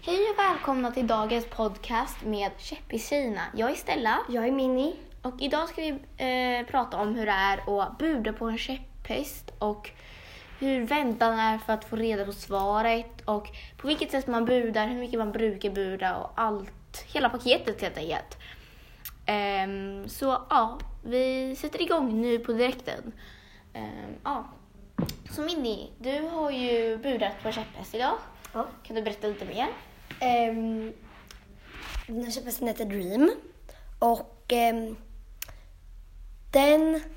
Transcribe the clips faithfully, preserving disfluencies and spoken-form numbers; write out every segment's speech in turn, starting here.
Hej och välkomna till dagens podcast med Käpp i Kina. Jag är Stella. Jag är Minnie. Och idag ska vi eh, prata om hur det är att buda på en käpphäst och hur väntan är för att få reda på svaret och på vilket sätt man budar, hur mycket man brukar buda och allt, hela paketet helt enkelt. Um, så ja, vi sätter igång nu på direkten. Um, ja. Så Minnie, du har ju budat på käpphäst idag. Ja. Kan du berätta lite mer? Um, den här käpphästen heter Dream. Och um, den...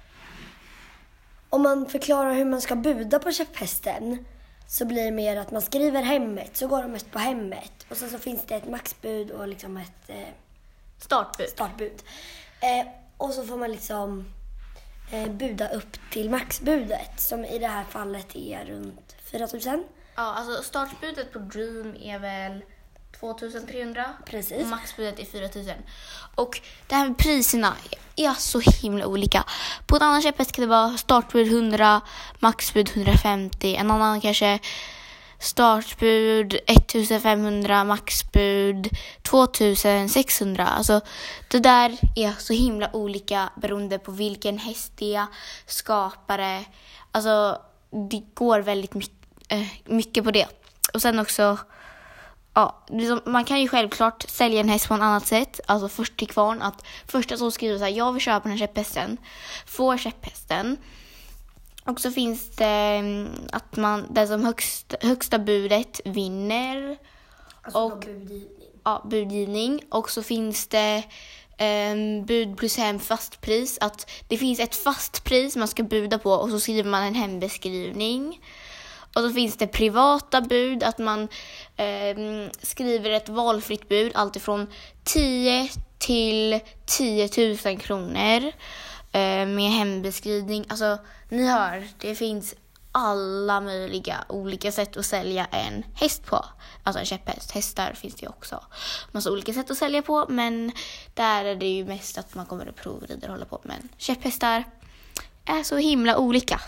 Om man förklarar hur man ska buda på käpphästen så blir det mer att man skriver hemmet. Så går de mest på hemmet. Och sen så finns det ett maxbud och liksom ett... Eh, Startbud. Startbud. Eh, och så får man liksom eh, buda upp till maxbudet. Som i det här fallet är runt fyra tusen. Ja, alltså startbudet på Dream är väl tvåtusen trehundra. Precis. Och maxbudet är fyra tusen. Och det här med priserna är så himla olika. På en annan käpphäst kan det vara startbud hundra, maxbud hundrafemtio. En annan kanske startbud ettusenfemhundra, maxbud tvåtusensexhundra. Alltså det där är så himla olika beroende på vilken häst det är, skapare. Alltså det går väldigt mycket, äh, mycket på det. Och sen också, ja, liksom, man kan ju självklart sälja en häst på ett annat sätt. Alltså först till kvarn, att första som skriver så här: jag vill köpa den här käpphästen, får käpphästen. Och så finns det att man, det som högsta, högsta budet vinner. Alltså och budgivning. Ja, budgivning. Och så finns det um, bud plus hem fastpris. Att det finns ett fast pris man ska buda på och så skriver man en hembeskrivning. Och så finns det privata bud, att man um, skriver ett valfritt bud, alltifrån tio till tio tusen kronor. Med hembeskrivning. Alltså ni hör, det finns alla möjliga olika sätt att sälja en häst på. Alltså en käpphäst. Hästar finns det ju också massa olika sätt att sälja på. Men där är det ju mest att man kommer att provrida och hålla på. Men käpphästar är så himla olika.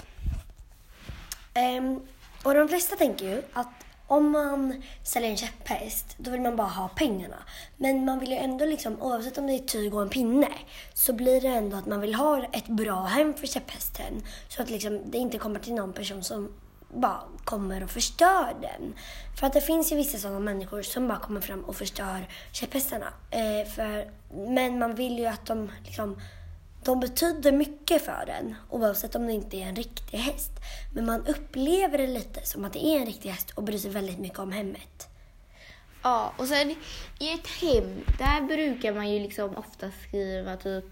Um, och de flesta tänker ju att om man säljer en käpphäst, då vill man bara ha pengarna. Men man vill ju ändå, liksom, oavsett om det är tyg och en pinne, så blir det ändå att man vill ha ett bra hem för käpphästen. Så att liksom, det inte kommer till någon person som bara kommer och förstör den. För att det finns ju vissa sådana människor som bara kommer fram och förstör käpphästarna. Eh, för, men man vill ju att de... Liksom, de betyder mycket för den, oavsett om det inte är en riktig häst. Men man upplever det lite som att det är en riktig häst och bryr sig väldigt mycket om hemmet. Ja, och sen i ett hem, där brukar man ju liksom ofta skriva typ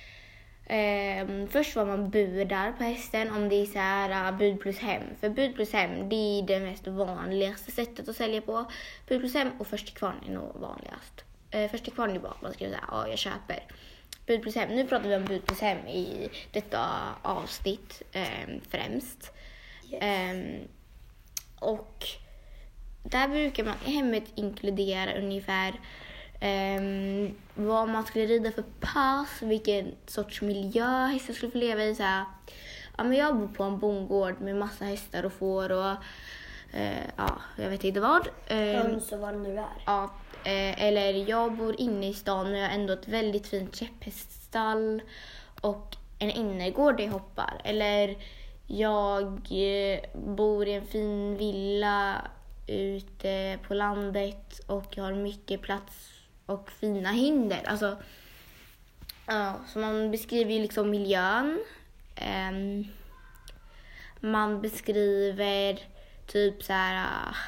eh, först vad man budar på hästen, om det är så här uh, bud plus hem. För bud plus hem, det är det mest vanligaste sättet att sälja på. Bud plus hem och först till kvarn är nog vanligast. Eh, först till kvarn är bara att man skriver så här: ja, jag köper. Bud plus hem. Nu pratar vi om bud plus hem i detta avsnitt eh, främst. Yes. Eh, och där brukar man i hemmet inkludera ungefär eh, vad man skulle rida för pass, vilken sorts miljö hästar skulle få leva i. Så här, ja, men jag bor på en bondgård med massa hästar och får och eh, ja, jag vet inte vad. Eh, Så vad det nu är. Ja, eh, eller jag bor inne i stan och jag har ändå ett väldigt fint käpphäststall och en innergård där jag hoppar. Eller jag eh, bor i en fin villa ute på landet och jag har mycket plats och fina hinder. Alltså, ja, så man beskriver ju liksom miljön. Eh, man beskriver typ så här...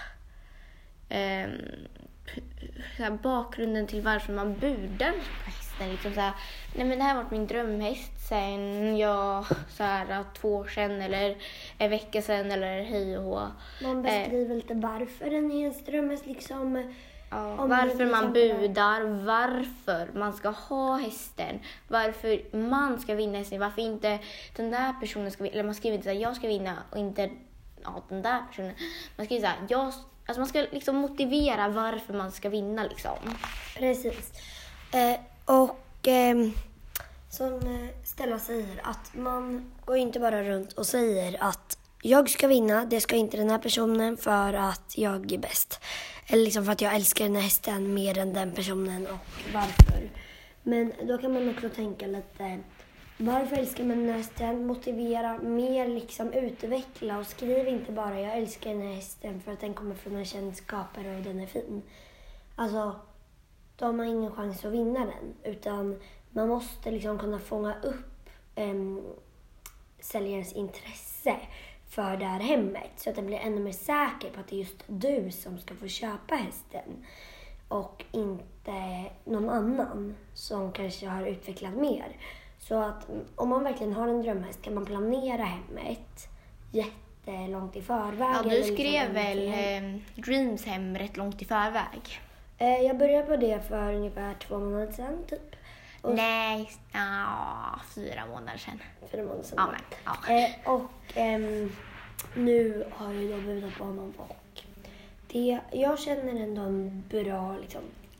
Eh, Så här, bakgrunden till varför man budar på hästen. Liksom så här, nej men det här har varit min drömhäst sen jag så här, två år sedan eller en vecka sedan eller hej och hå. Man beskriver eh, lite varför den är en drömhäst. Liksom, ja, varför man budar, varför man ska ha hästen, varför man ska vinna hästen, varför inte den där personen ska vinna. Eller man skriver inte så här, jag ska vinna och inte ja, den där personen. Man skriver så här, jag Alltså man ska liksom motivera varför man ska vinna liksom. Precis. Eh, och eh, som Stella säger, att man går inte bara runt och säger att jag ska vinna, det ska inte den här personen för att jag är bäst. Eller liksom för att jag älskar den här hästen mer än den personen och varför. Men då kan man också tänka lite, varför älskar man den här hästen? Motivera mer, liksom utveckla och skriv inte bara jag älskar den här hästen för att den kommer från en känd skapare och den är fin. Alltså, då har man ingen chans att vinna den. Utan man måste liksom kunna fånga upp um, säljarens intresse för det här hemmet. Så att den blir ännu mer säker på att det är just du som ska få köpa hästen. Och inte någon annan som kanske har utvecklat mer. Så att om man verkligen har en drömhäst kan man planera hemmet jättelångt i förväg. Ja, du skrev väl eh, Dreams hem rätt långt i förväg? Eh, jag började på det för ungefär två månader sedan typ. Och Nej, ja, fyra månader sedan. Fyra månader sedan. Ja, men, ja. Eh, och ehm, nu har jag då budat på honom och det, jag känner ändå en bra liksom,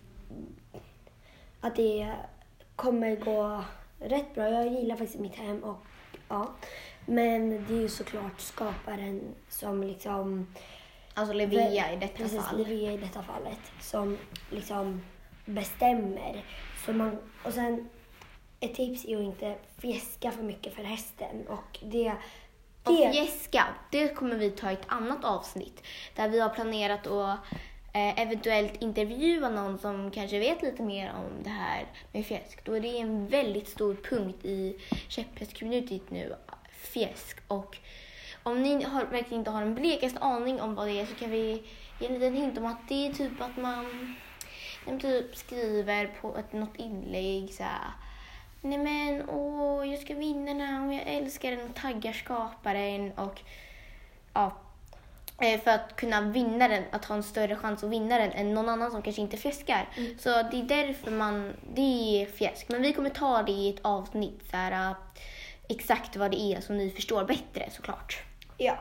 att det kommer gå rätt bra. Jag gillar faktiskt mitt hem och ja, men det är ju såklart skaparen som liksom, alltså Livia i detta precis, fall. Livia i detta fallet som liksom bestämmer. Så man, och sen ett tips är att inte fjäska för mycket för hästen och det Och fjäska, det kommer vi ta i ett annat avsnitt där vi har planerat att eh, eventuellt intervjua någon som kanske vet lite mer om det här med fjäsk. Då är det en väldigt stor punkt i käpphästcommunityt nu, fjäsk. Och om ni har, verkligen inte har en blekaste aning om vad det är så kan vi ge en liten hint om att det är typ att man, man typ skriver på ett, något inlägg så här: nej men, åh, jag ska vinna den här och jag älskar den och taggar skaparen och ja, för att kunna vinna den, att ha en större chans att vinna den än någon annan som kanske inte fjäskar. Mm. Så det är därför man, det är fjäsk. Men vi kommer ta det i ett avsnitt så här, exakt vad det är så ni förstår bättre såklart. Ja.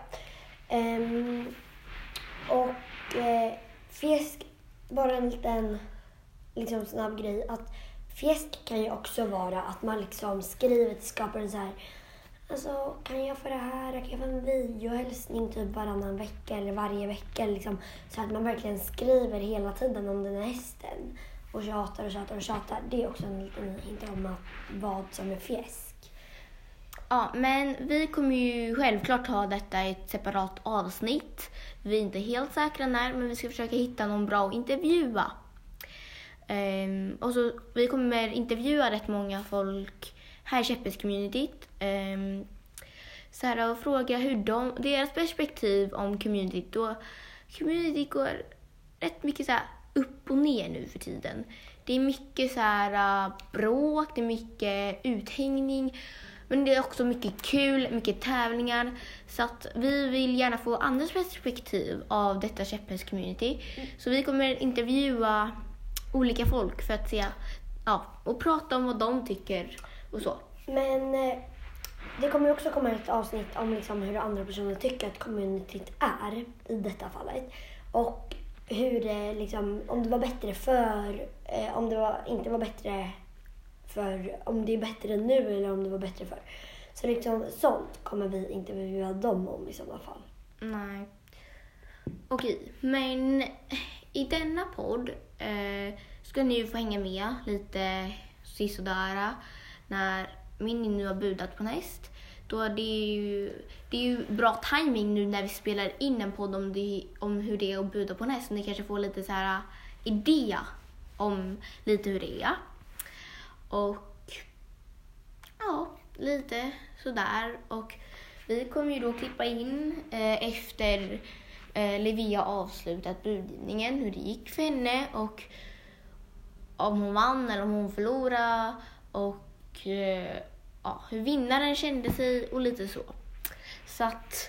Um, och uh, fjäsk, bara en liten liksom snabb grej att fjäsk kan ju också vara att man liksom skriver till skaparen så här: alltså, kan jag få det här? Kan jag få en videohälsning typ varannan vecka eller varje vecka? Liksom, så att man verkligen skriver hela tiden om den här hästen. Och tjatar och tjatar och tjatar. Det är också en liten hint om att vad som är fjäsk. Ja, men vi kommer ju självklart ha detta i ett separat avsnitt. Vi är inte helt säkra när, men vi ska försöka hitta någon bra att intervjua. Um, och så vi kommer intervjua rätt många folk här i käpphästcommunityt um, så här, och fråga hur de, deras perspektiv om communityt. Då communityt går rätt mycket så här upp och ner nu för tiden. Det är mycket så här uh, bråk, det är mycket uthängning, men det är också mycket kul, mycket tävlingar. Så att vi vill gärna få andras perspektiv av detta käpphästcommunity. Mm. Så vi kommer intervjua olika folk för att se, ja, och prata om vad de tycker och så. Men eh, det kommer också komma ett avsnitt om liksom hur andra personer tycker att communityt är i detta fallet. Och hur det liksom, om det var bättre för, eh, om det var, inte var bättre för, om det är bättre nu eller om det var bättre för. Så liksom sånt kommer vi intervjua dem om i sådana fall. Nej. Okej, men i denna podd eh, ska ni ju få hänga med lite sisådär när min nu har budat på en häst. Då är det ju, det är ju bra timing nu när vi spelar in en podd om, det, om hur det är att buda på en häst. Så ni kanske får lite så här idé om lite hur det är. Och ja, lite sådär. Och vi kommer ju då klippa in eh, efter eh, Livia avslutat budgivningen, hur det gick för henne och om hon vann eller om hon förlorade och eh, ja, hur vinnaren kände sig och lite så. Så att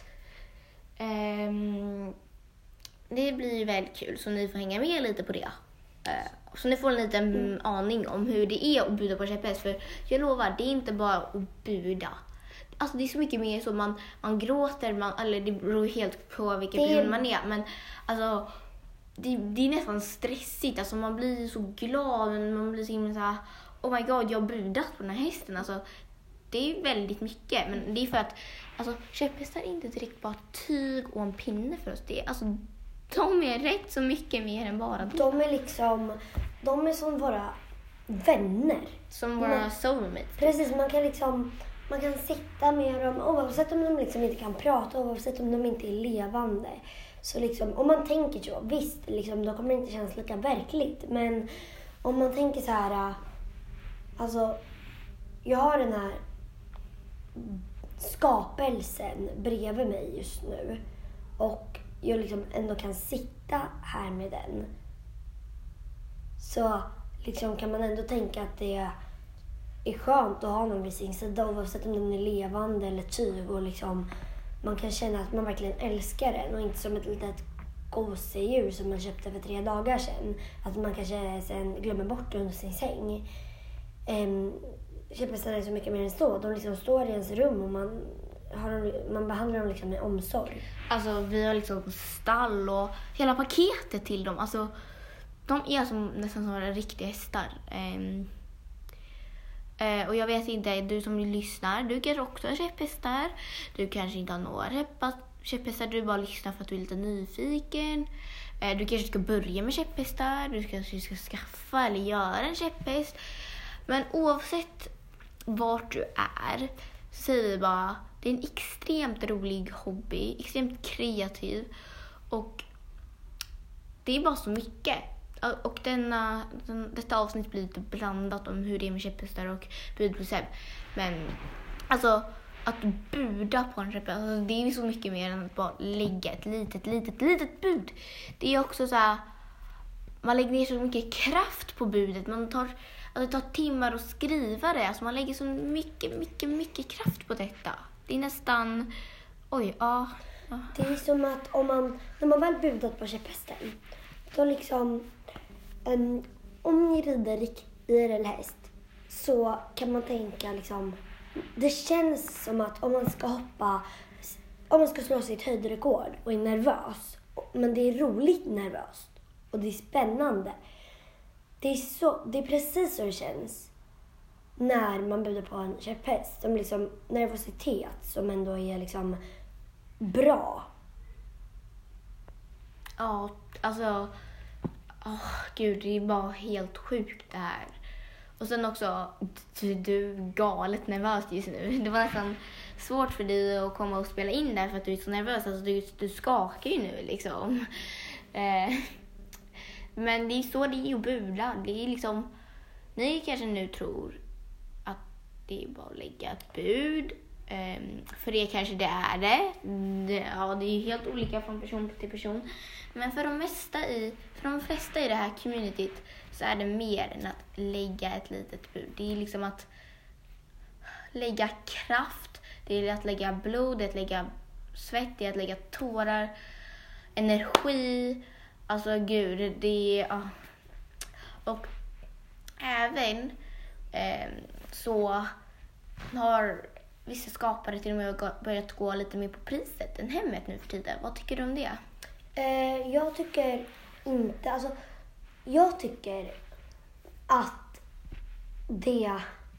ehm, det blir väldigt kul, så ni får hänga med lite på det. Eh, så ni får en liten mm. aning om hur det är att buda på käpphäst. För jag lovar, det är inte bara att buda. Alltså det är så mycket mer så man, man gråter, man, eller det beror helt på vilken det... person man är. Men alltså det, det är nästan stressigt. Alltså man blir så glad, man blir så himla så här: oh my god, jag har budat på den här hästen. Alltså det är väldigt mycket. Men det är för att alltså, käpphästar är inte direkt bara tyg och en pinne för oss. Det är, alltså, De är rätt så mycket mer än bara det. De är liksom, de är som våra vänner. Som våra soulmates. Precis, man kan liksom, man kan sitta med dem oavsett om de liksom inte kan prata, oavsett om de inte är levande. Så liksom, om man tänker så, visst, liksom, då kommer det inte kännas lika verkligt. Men om man tänker så här, alltså, jag har den här skapelsen bredvid mig just nu. Och jag liksom ändå kan sitta här med den. Så liksom kan man ändå tänka att det är skönt att ha någon vid sin sida, oavsett om den är levande eller tyg. Och liksom, man kan känna att man verkligen älskar den och inte som ett litet gosedjur som man köpte för tre dagar sedan. Att man kanske sen glömmer bort det under sin säng. Um, Käpphästarna är så mycket mer än så. De liksom står i ens rum och man, har dem, man behandlar dem liksom med omsorg. Alltså vi har liksom stall och hela paketet till dem. Alltså de är som nästan som riktiga hästar. Um, uh, och jag vet inte, du som lyssnar, du kanske också har käpphästar. Du kanske inte har några käpphästar, du bara lyssnar för att du är lite nyfiken. Uh, du kanske ska börja med käpphästar, du kanske ska skaffa eller göra en käpphäst. Men oavsett vart du är så säger vi bara, det är en extremt rolig hobby, extremt kreativ och det är bara så mycket. Och denna, den, detta avsnitt blir lite blandat om hur det är med käpphästar och bud på Seb. Men alltså att buda på en käpphäst, alltså, det är så mycket mer än att bara lägga ett litet, litet, litet bud. Det är också så här, man lägger ner så mycket kraft på budet. Man tar, alltså, det tar timmar att skriva det. Alltså, man lägger så mycket, mycket, mycket kraft på detta. Det är nästan, oj, ja. ja. Det är som att om man, när man väl budat på käpphästen, då liksom, um, om ni rider i er häst så kan man tänka liksom, det känns som att om man ska hoppa, om man ska slå sitt höjdrekord och är nervös, men det är roligt nervöst och det är spännande. Det är, så, det är precis så det känns när man budar på en käpphäst. Som liksom nervositet som ändå är liksom bra. Ja, alltså, oh, gud, det är bara helt sjukt det här. Och sen också, du, du är galet nervös just nu. Det var nästan svårt för dig att komma och spela in där för att du är så nervös. Alltså, du, du skakar ju nu liksom. Eh, men det är så det är att buda. Det är liksom, ni kanske nu tror att det är bara att lägga ett bud. Eh, för det kanske det är det. det. Ja, det är helt olika från person till person. Men för de, mesta i, för de flesta i det här communityt så är det mer än att lägga ett litet bud. Det är liksom att lägga kraft. Det är att lägga blod, det är att lägga svett, det är att lägga tårar, energi. Alltså gud, det är... Ja. Och även eh, så har vissa skapare till och med börjat gå lite mer på priset än hemmet nu för tiden. Vad tycker du om det? Eh, jag tycker inte... Alltså, jag tycker att det,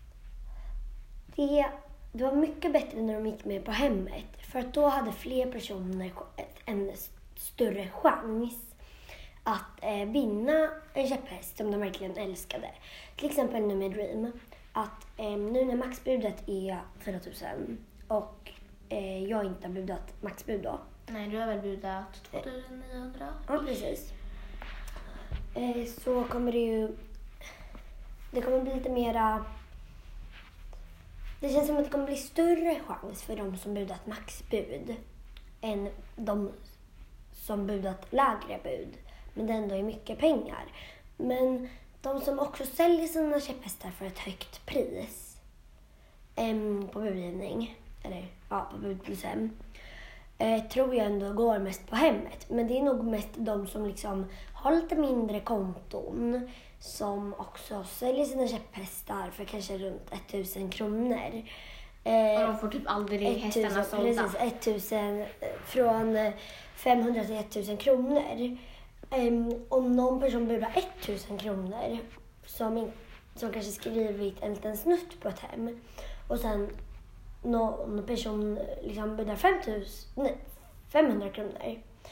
det, det var mycket bättre när de gick med på hemmet. För att då hade fler personer en större chans att eh, vinna en käpphäst som de verkligen älskade. Till exempel nu med Dream. Att eh, nu när maxbudet är fyra tusen och eh, jag inte har budat maxbud då. Nej, du har väl budat tvåtusen-niohundra? Ja, precis. Eh, så kommer det ju... Det kommer bli lite mera... Det känns som att det kommer bli större chans för de som budat maxbud än de som budat lägre bud. Men det ändå är mycket pengar. Men de som också säljer sina käpphästar för ett högt pris em, på budgivning, eller ja, på bud plus hem, eh, tror jag ändå går mest på hemmet. Men det är nog mest de som liksom har lite mindre konton som också säljer sina käpphästar för kanske runt tusen kronor. Eh, och de får typ aldrig hästarna sålda. Precis, tusen, från femhundra till tusen kronor. Um, om någon person budar tusen kronor som, in, som kanske skrivit en liten snutt på ett hem och sen någon person liksom budar femhundra kronor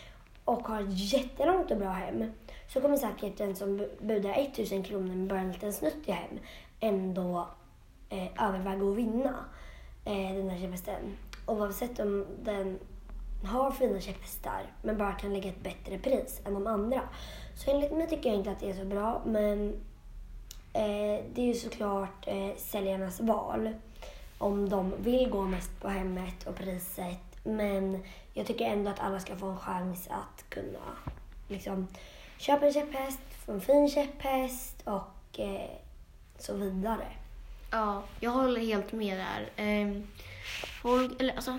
och har ett jättelångt och bra hem, så kommer säkert den som budar tusen kronor med bara en liten snutt i hem ändå eh, överväga att vinna eh, den här käpphästen. Oavsett om den har fina käpphästar men bara kan lägga ett bättre pris än de andra. Så enligt mig tycker jag inte att det är så bra, men eh, det är ju såklart eh, säljarnas val om de vill gå mest på hemmet och priset. Men jag tycker ändå att alla ska få en chans att kunna liksom köpa en käpphäst, få en fin käpphäst och eh, så vidare. Ja, jag håller helt med där. Ehm, folk, eller alltså,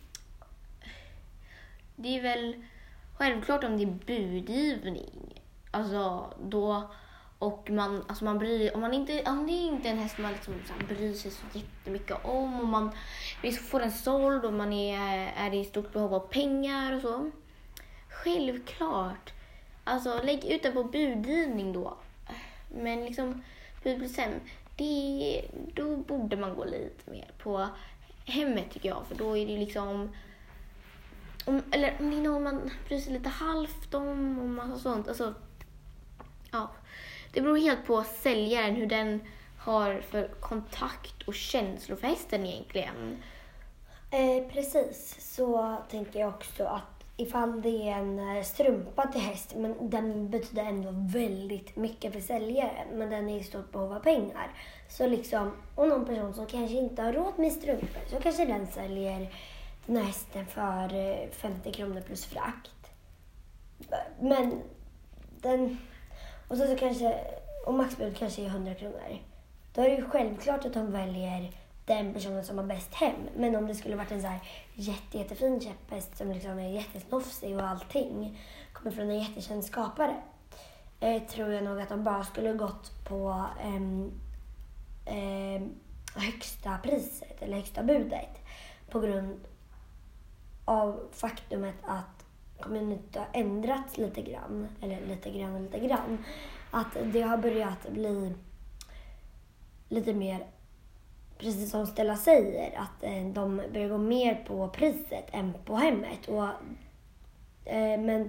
det är väl självklart om det är budgivning. Alltså då, och man, alltså man bryr, om man inte, om det är inte en häst man liksom så här bryr sig så jättemycket om, och man vill få den såld och man är, är i stort behov av pengar och så. Självklart. Alltså lägg ut det på budgivning då. Men liksom budgivning, det, då borde man gå lite mer på hemmet tycker jag. För då är det liksom, om, eller om det är någon man bryr sig lite halvt om och massa sånt. Alltså, ja. Det beror helt på säljaren, hur den har för kontakt och känslor för hästen egentligen. Eh, precis, så tänker jag också att ifall det är en strumpa till häst, men den betyder ändå väldigt mycket för säljaren, men den är i stort behov av pengar. Så liksom, om någon person som kanske inte har råd med strumpor, så kanske den säljer den här hästen för femtio kronor plus frakt. Men den, och så, så kanske, och maxbud kanske är hundra kronor. Då är det ju självklart att de väljer den personen som har bäst hem. Men om det skulle varit en så här jätte, jättefin käpphäst som liksom är jättesnofsig och allting, kommer från en jättekänd skapare, eh, tror jag nog att de bara skulle gått på eh, eh, högsta priset eller högsta budet, på grund av faktumet att community har ändrats lite grann, eller lite grann och lite grann. Att det har börjat bli lite mer, precis som Stella säger, att eh, de börjar gå mer på priset än på hemmet. Och, eh, men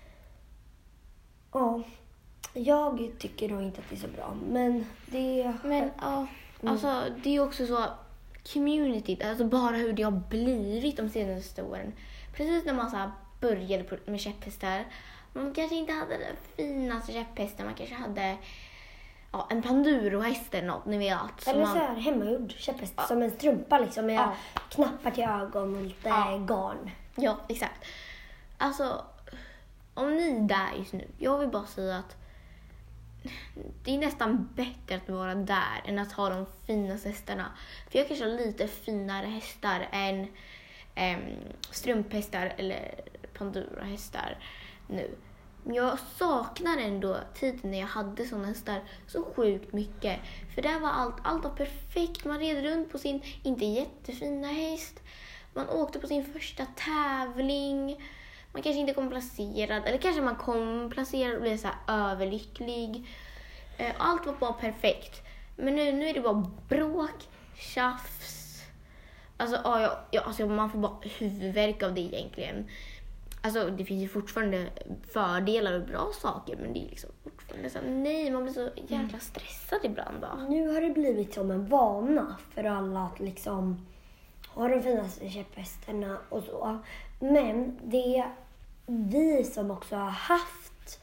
ja, jag tycker då inte att det är så bra. Men det... Men ja, alltså det är ju också så, community, alltså bara hur det har blivit de senaste åren. Precis när man så här började med käpphästar, man kanske inte hade den finaste käpphästen, man kanske hade ja, en panduro-häst eller något, ni vet. Eller man... så här hemmagjord käpphäst, ja. som en strumpa liksom, med ja. knappar till ögon och lite ja. garn. Ja, exakt. Alltså, om ni är där just nu, jag vill bara säga att det är nästan bättre att vara där än att ha de finaste hästarna. För jag kanske har lite finare hästar än äm, strumphästar eller panduro-hästar nu. Men jag saknar ändå tiden när jag hade såna hästar så sjukt mycket. För där var allt, allt var perfekt. Man red runt på sin inte jättefina häst. Man åkte på sin första tävling. Man kanske inte kom placerad. Eller kanske man kom placerad och blev så här överlycklig. Allt var bara perfekt. Men nu, nu är det bara bråk, tjafs. Alltså, ja, ja, alltså man får bara huvudvärk av det egentligen. Alltså det finns ju fortfarande fördelar och bra saker, men det är liksom fortfarande så, nej, man blir så jäkla stressad ibland då. Nu har det blivit som en vana för alla att liksom ha de finaste käpphästarna och så. Men det är vi som också har haft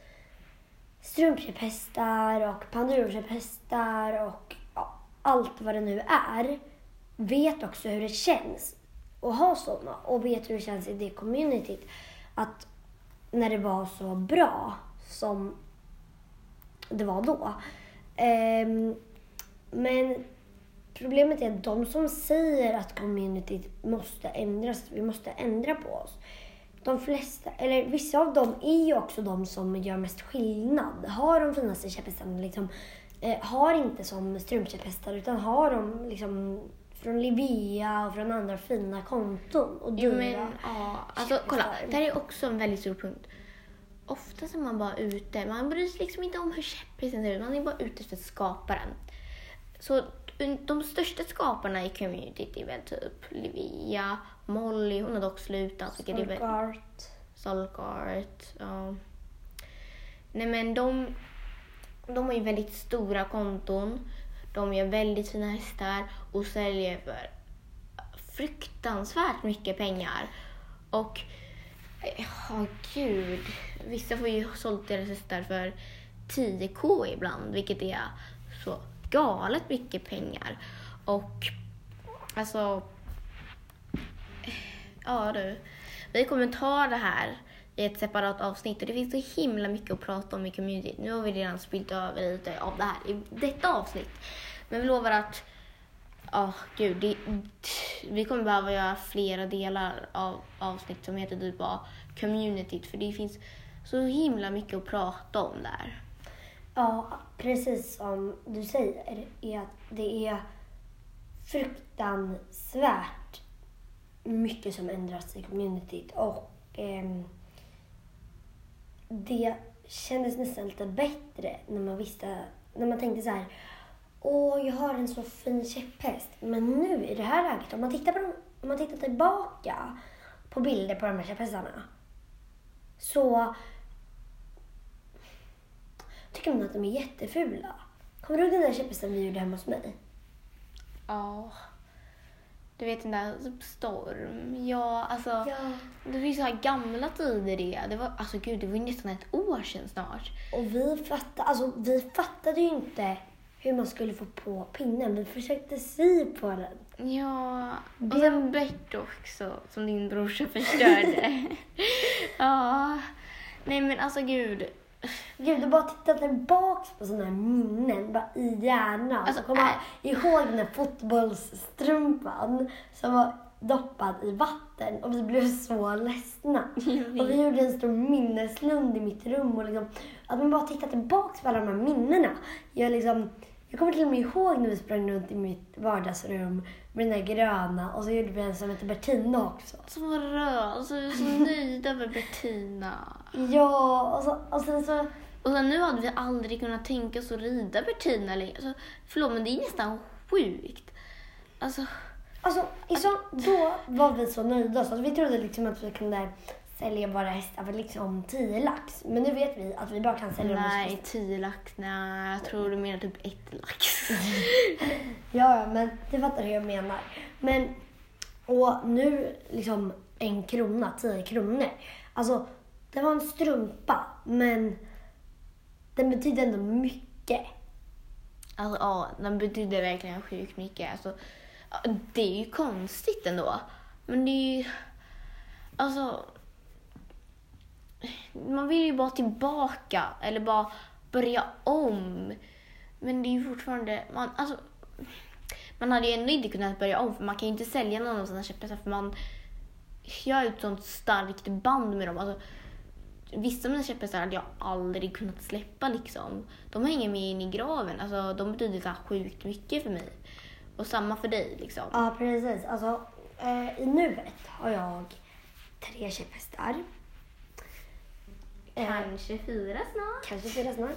strumpkäpphästar och panduro-käpphästar och ja, allt vad det nu är, vet också hur det känns att ha sådana, och vet hur det känns i det communityt. Att när det var så bra som det var då. Um, men problemet är att de som säger att communityt måste ändras, vi måste ändra på oss. De flesta, eller vissa av dem är ju också de som gör mest skillnad. Har de finaste käpphästarna liksom, eh, har inte som strumpkäpphästar, utan har de liksom från Livea och från andra fina konton och dyra. Jo, men, ja, alltså kolla, det här är också en väldigt stor punkt. Ofta är man bara ute, man bryr sig liksom inte om hur käpphästen ser ut, man är bara ute efter skaparen. Så de största skaparna i communityt är väl typ Livea, Molly, hon har dock slutat. Sparkart. Stalkart. Ja. Nej men de, de har ju väldigt stora konton. De gör väldigt fina hästar och säljer för fruktansvärt mycket pengar. Och ja, gud. Vissa får ju sålt deras hästar för tio k ibland, vilket är så galet mycket pengar. Och alltså ja du, vi kommer ta det här i ett separat avsnitt och det finns så himla mycket att prata om i community. Nu har vi redan spilt över lite av det här i detta avsnitt. Men vi lovar att ja, oh, gud, det, vi kommer behöva göra flera delar av avsnitt som heter typ bara community, för det finns så himla mycket att prata om där. Ja, precis som du säger, är att det är fruktansvärt mycket som ändras i communityt och eh, det kändes nästan lite bättre när man visste, när man tänkte så här: åh, jag har en så fin käpphäst. Men nu i det här läget, om man tittar, på dem, om man tittar tillbaka på bilder på de här käpphästarna, så tycker man att de är jättefula. Kommer du ihåg den där käpphästen vi gjorde hemma hos mig? Ja, du vet den där Storm. Ja, alltså Ja. det finns så här gamla tider det. Det var, alltså gud, det var ju nästan ett år sedan snart. Och vi fattade, alltså vi fattade ju inte hur man skulle få på pinnen. Vi försökte sy på den. Ja, och Det- sen Bert också, som din brorsa förstörde. Ja, nej men alltså gud. Gud, du bara tittar tillbaks på sådana här minnen bara i hjärnan. Alltså, Alltså, kommer äh. ihåg den här fotbollsstrumpan som var doppad i vatten och vi blev så ledsna. Och vi gjorde en stor minneslund i mitt rum och liksom, att man bara tittar tillbaks på alla de här minnena. Jag, liksom, jag kommer till och med ihåg när vi sprang runt i mitt vardagsrum med den där gröna och så gjorde vi en som hette Bettina också. Som var röd, alltså vi var så nöjda med Bettina. Ja, och, så, och sen så... Och sen nu hade vi aldrig kunnat tänka oss att rida Bettina längre. Alltså, förlåt, men det är nästan sjukt. Alltså, Alltså, i så, då var vi så nöjda så att vi trodde liksom att vi kunde sälja våra hästar för liksom tio lax. Men nu vet vi att vi bara kan sälja dem. nej, tio lax, nej, jag tror du menar typ ett lax. Ja, men det fattar hur jag menar. Men, och nu liksom en krona, tio kronor. Alltså, det var en strumpa, men den betyder ändå mycket. Alltså, ja, den betyder verkligen sjukt mycket. Alltså, ja, det är ju konstigt ändå. Men det är ju... Alltså... Man vill ju bara tillbaka. Eller bara börja om. Men det är ju fortfarande... Man, alltså, man hade ju ändå inte kunnat börja om. För man kan ju inte sälja någon av sina käpphästar. För man gör ett sånt starkt band med dem. Alltså, vissa av mina käpphästar hade jag aldrig kunnat släppa liksom. De hänger med in i graven. Alltså, de betyder så här sjukt mycket för mig. Och samma för dig liksom. Ja, precis. Alltså, eh, i nuet har jag tre käpphästar. Eh, Kanske fyra snart. Kanske fyra snart.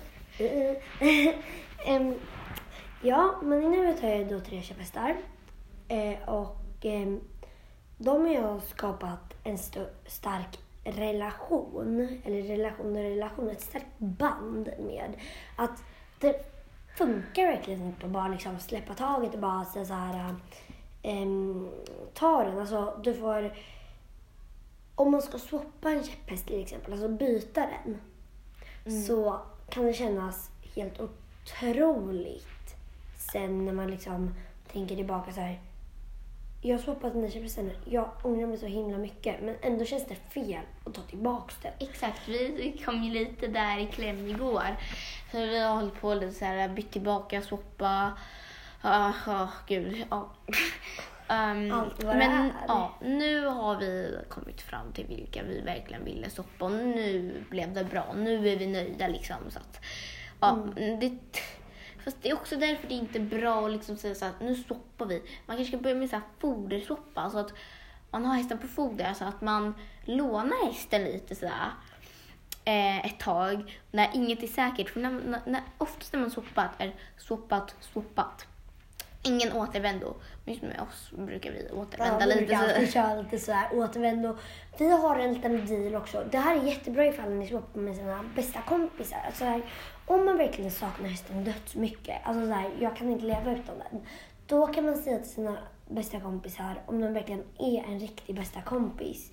um, ja, men i nuet har jag då tre käpphästar. Eh, och eh, de har jag skapat en st- stark relation. Eller relation och relation. Ett starkt band med. Att det funkar verkligen inte att bara liksom släppa taget och bara säga så här... Um, ta den. Alltså, du får... Om man ska swappa en käpphäst till exempel, alltså byta den, mm. så kan det kännas helt otroligt sen när man liksom tänker tillbaka så här. Jag har swappat den där käpphästen, jag ångrar mig så himla mycket, men ändå känns det fel att ta tillbaka den. Exakt, vi kom ju lite där i kläm igår. Så vi har hållit på lite så här, bytt tillbaka, swappa. Ja, oh, oh, gud, ja. Um, men ja, nu har vi kommit fram till vilka vi verkligen ville stoppa och nu blev det bra. Nu är vi nöjda liksom, så att ja, mm. det, fast det är också därför det är inte bra att liksom säga så att nu stoppar vi. Man kanske ska börja med så här fodersoppa, så att man har hästen på foder, så att man lånar hästen lite så där eh, ett tag när inget är säkert, för när, när, oftast när man soppat är soppat soppat. ingen återvändo. Just med oss brukar vi återvända ja, vi lite. brukar alltid köra lite så här återvändo. Vi har en liten deal också. Det här är jättebra ifall ni swappar med sina bästa kompisar. Alltså här, om man verkligen saknar hästen dödsmycket. Alltså så här, jag kan inte leva utan den. Då kan man säga till sina bästa kompisar, om de verkligen är en riktig bästa kompis.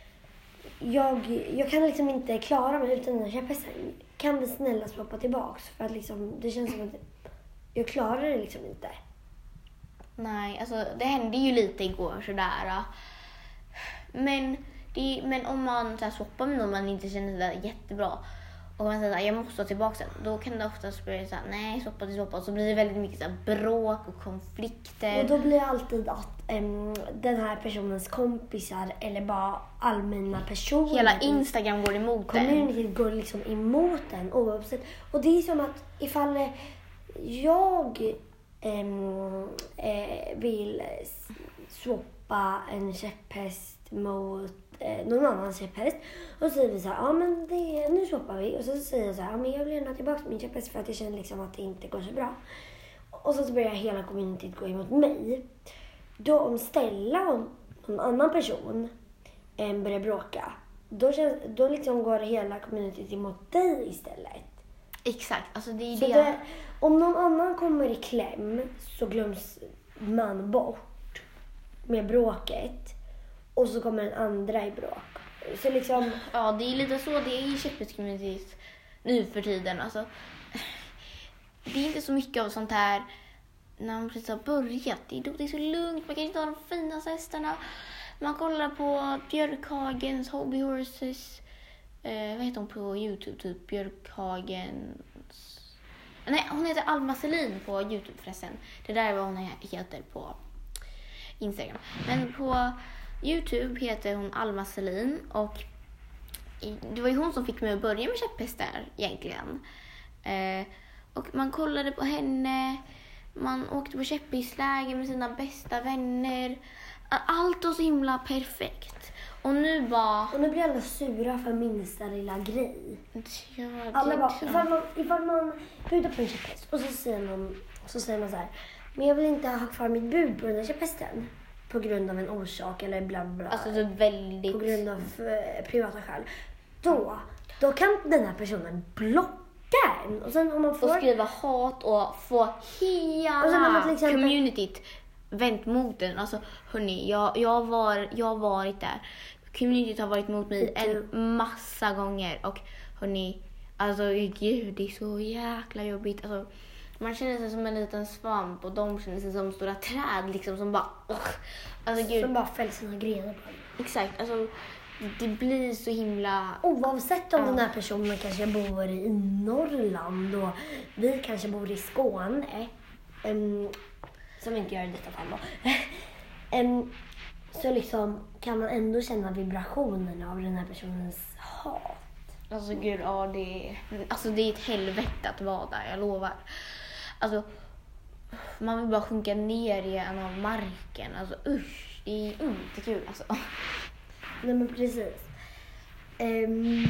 Jag, jag kan liksom inte klara mig utan den här käpphästen. Kan vi snälla swappa tillbaks? För att liksom, det känns som att jag klarar det liksom inte. Nej, alltså det hände ju lite igår sådär. Men, det, men om man så här, swappar med någon man inte känner sådär jättebra och man säger att jag måste ta tillbaka den, då kan det oftast bli så här, nej, swappa till swappa. Och så blir det väldigt mycket så här, bråk och konflikter. Och då blir det alltid att um, den här personens kompisar eller bara allmänna personer. Hela Instagram går emot den. Community går liksom emot den oavsett. Och det är som att ifall jag um, eh, vill swappa en käpphäst mot eh, någon annan käpphäst och så säger vi så här, ja men det, nu swappar vi. Och så säger jag så här, ja men jag vill gärna ha tillbaka min käpphäst för att jag känner liksom att det inte går så bra. Och så börjar hela communityt gå emot mig. Då om Stella och någon annan person eh, börjar bråka, då, känns, då liksom går hela communityt emot dig istället. Exakt, alltså det är Så det. det, om någon annan kommer i kläm så glöms man bort med bråket och så kommer den andra i bråk. Så liksom... Ja, det är lite så det är i käpphästcommunityt nu för tiden. Alltså, det är inte så mycket av sånt här när man precis har börjat. Det är, det är så lugnt, man kan inte ha de finaste hästarna. Man kollar på Björkhagens Hobby Horses. Eh, vad heter hon på YouTube? Typ Björkhagens... Nej, hon heter Alma Selin på YouTube förresten. Det där är vad hon heter på Instagram. Men på YouTube heter hon Alma Selin. Och det var ju hon som fick mig att börja med käpphästar egentligen. Eh, och man kollade på henne. Man åkte på käpphästläger med sina bästa vänner. Allt var så himla perfekt. Och nu bara... Och nu blir alla sura för minsta lilla grej. Ja, alla bara, så. ifall man, ifall man budar på en käpphäst och så säger, man, så säger man så här, men jag vill inte ha kvar mitt bud på den där käpphästen. På grund av en orsak eller bla bla. Alltså det är väldigt... På grund av eh, privata skäl. Då, då kan den här personen blocka en. Och sen om man får... Och skriva hat och få hela Och sen om man till exempel- communityt vänt mot den. Alltså hörni, jag, jag, var, jag har varit där. Communityt har varit mot mig en massa gånger. Och hörni, alltså gud, det är så jäkla jobbigt. Alltså, man känner sig som en liten svamp och de känner sig som stora träd liksom som bara... Uh. Alltså, gud. Som bara fäller sina grenar på en. Exakt, alltså det blir så himla... Oavsett om Ja. den här personen kanske bor i Norrland och vi kanske bor i Skåne. Um, som inte gör i detta fall då. um, så liksom kan man ändå känna vibrationerna av den här personens hat. Alltså gud, ja det är... Alltså det är ett helvete att vara där, jag lovar. Alltså, man vill bara sjunka ner i en av marken. Alltså usch, det är inte kul alltså. Nej men precis. Um,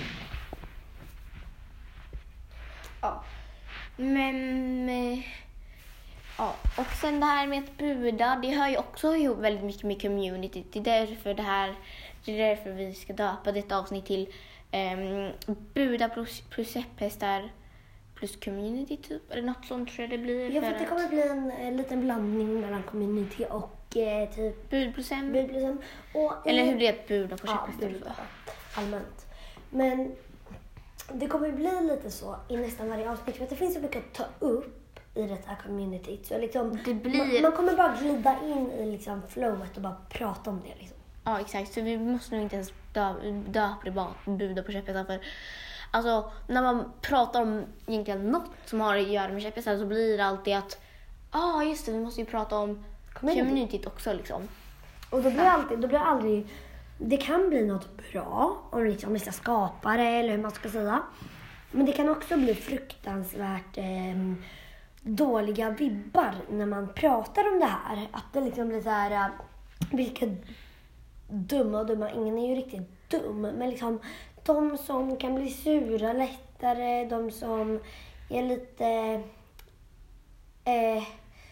Ja. Men... eh, Ja, och sen det här med att buda, det hör ju också ihop väldigt mycket med community. Det är därför det här, det är därför vi ska döpa detta avsnitt till um, buda plus, plus käpphästar plus community typ. Eller något sånt tror jag det blir. jag för vet, det kommer bli en, en liten blandning mellan community och eh, typ Bud plus en. bud plus en. Och, Eller hur det är att buda på ja, käpphästar. bud, allmänt. Men det kommer bli lite så i nästan varje avsnitt för att det finns så mycket att ta upp i det här communityt. Så liksom, Det blir- man, man kommer bara glida in i liksom flowet och bara prata om det. Liksom. Ja, exakt. Så vi måste nog inte ens dö, dö privat buda på käpphästar. För alltså, när man pratar om egentligen något som har att göra med käpphästar så blir det alltid att ja, ah, just det, vi måste ju prata om Community. communityt också liksom. Och då blir, alltid, då blir det aldrig... Det kan bli något bra om liksom vissa skapare eller hur man ska säga. Men det kan också bli fruktansvärt eh, dåliga vibbar när man pratar om det här. Att det liksom blir så här... eh, Vilka dumma och dumma. Ingen är ju riktigt dum. Men liksom de som kan bli sura lättare. De som är lite... Eh,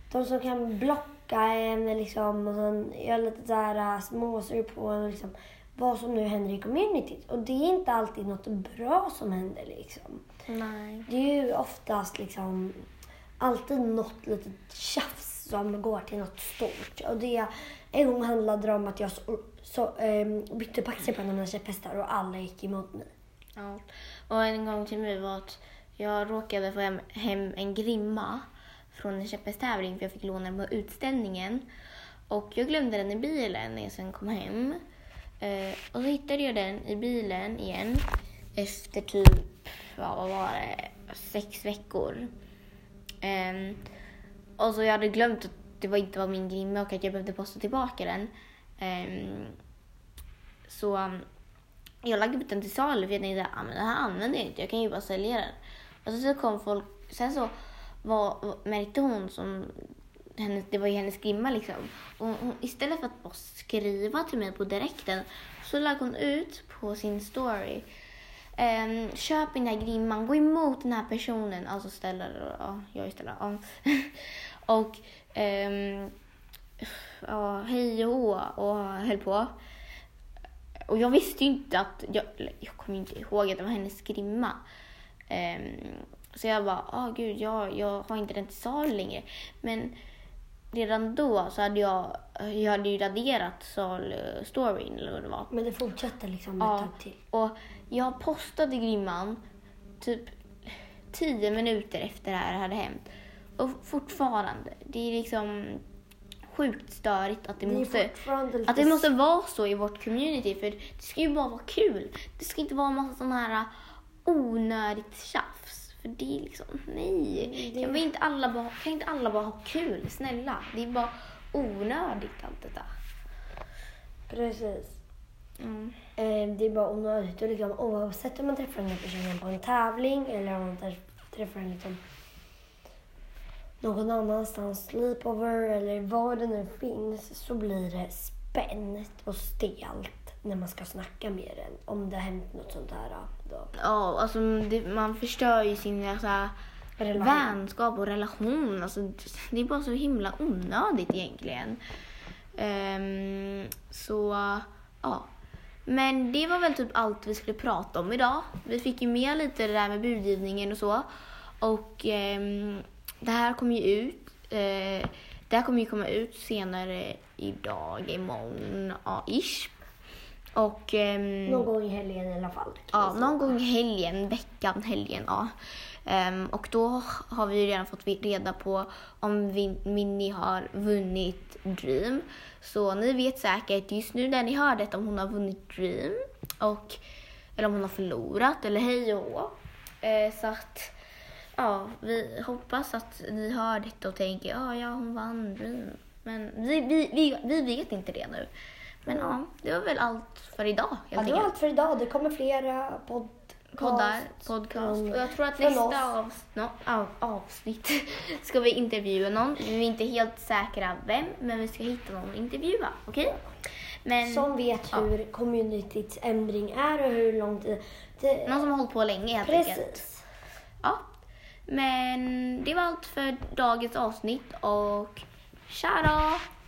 de som kan blocka en liksom, och sen göra lite så här småsur på en och liksom, vad som nu händer i communityt. Och det är inte alltid något bra som händer liksom. Nej. Det är ju oftast liksom alltid något litet tjafs som går till något stort. Och det en gång handlade det om att jag så, så, ähm, bytte på aktier på en av mina käpphästar och alla gick emot mig. Ja. Och en gång till mig var att jag råkade få hem, hem en grimma från en käpphästtävling för jag fick låna den på utställningen. Och jag glömde den i bilen när jag sen kom hem. Uh, och så hittade jag den i bilen igen efter typ, ja, vad var det, sex veckor. Um, och så jag hade glömt att det var inte var min grimma och att jag behövde posta tillbaka den. Um, så um, jag lagde upp den till salu för jag tänkte att ah, men det här använder jag inte, jag kan ju bara sälja den. Och så, så kom folk, sen så var, märkte hon som hennes, det var ju hennes grimma liksom. Och hon, istället för att bara skriva till mig på direkten så lade hon ut på sin story. Um, köp den här grimman, gå emot den här personen. Alltså ställa, ja, jag är ställa. Ja. och um, ja, hej och hå och höll på. Och jag visste ju inte att, jag, jag kommer inte ihåg att det var hennes grimma. Um, så jag bara, åh oh, gud, jag, jag har inte den till sal längre. Men redan då så hade jag, jag hade ju raderat sal-storyn eller vad det var. Men det fortsatte liksom ja, ett tag till. Och jag postade grimman typ tio minuter efter det här hade hänt. Och fortfarande, det är liksom sjukt störigt att det, det måste lite... att det måste vara så i vårt community. För det ska ju bara vara kul. Det ska inte vara en massa sån här onödigt tjafs. För det är liksom, nej. Det... Kan, vi inte alla bara, kan inte alla bara ha kul? Snälla. Det är bara onödigt allt detta. Precis. Mm. Eh, det är bara onödigt. Och liksom, oavsett om man träffar den här personen på en tävling eller om man träffar den liksom någon annanstans, sleepover eller vad det nu finns, så blir det spänt och stelt när man ska snacka med den. Om det har hänt något sånt här då. Ja, alltså det, man förstör ju sin alltså, vänskap och relation. Alltså, det är bara så himla onödigt egentligen. Um, så, ja. Men det var väl typ allt vi skulle prata om idag. Vi fick ju med lite det där med budgivningen och så. Och um, det här kommer ju ut. Uh, det här kommer ju komma ut senare idag, imorgon, ja, ish. Och, um, någon gång i helgen i alla fall. Ja, någon gång i helgen, veckan, helgen, ja. Um, och då har vi redan fått reda på om Minnie har vunnit Dream. Så ni vet säkert just nu när ni hör detta om hon har vunnit Dream. Och, eller om hon har förlorat, eller hej och hå. Uh, så att, ja, vi hoppas att ni hör detta och tänker, ja, ja, hon vann Dream. Men vi, vi, vi, vi vet inte det nu. Men mm. ja, det var väl allt för idag. Ja, det var allt för idag. Det kommer flera podd poddar, podcast. Och jag tror att nästa avs- no, av, avsnitt ska vi intervjua någon. Vi är inte helt säkra vem, men vi ska hitta någon att intervjua. Okej? Okay? Men som vet ja. hur communityts ändring är och hur långt det... det... Någon som har hållit på länge helt Precis. enkelt. Ja. Men det var allt för dagens avsnitt och tja då!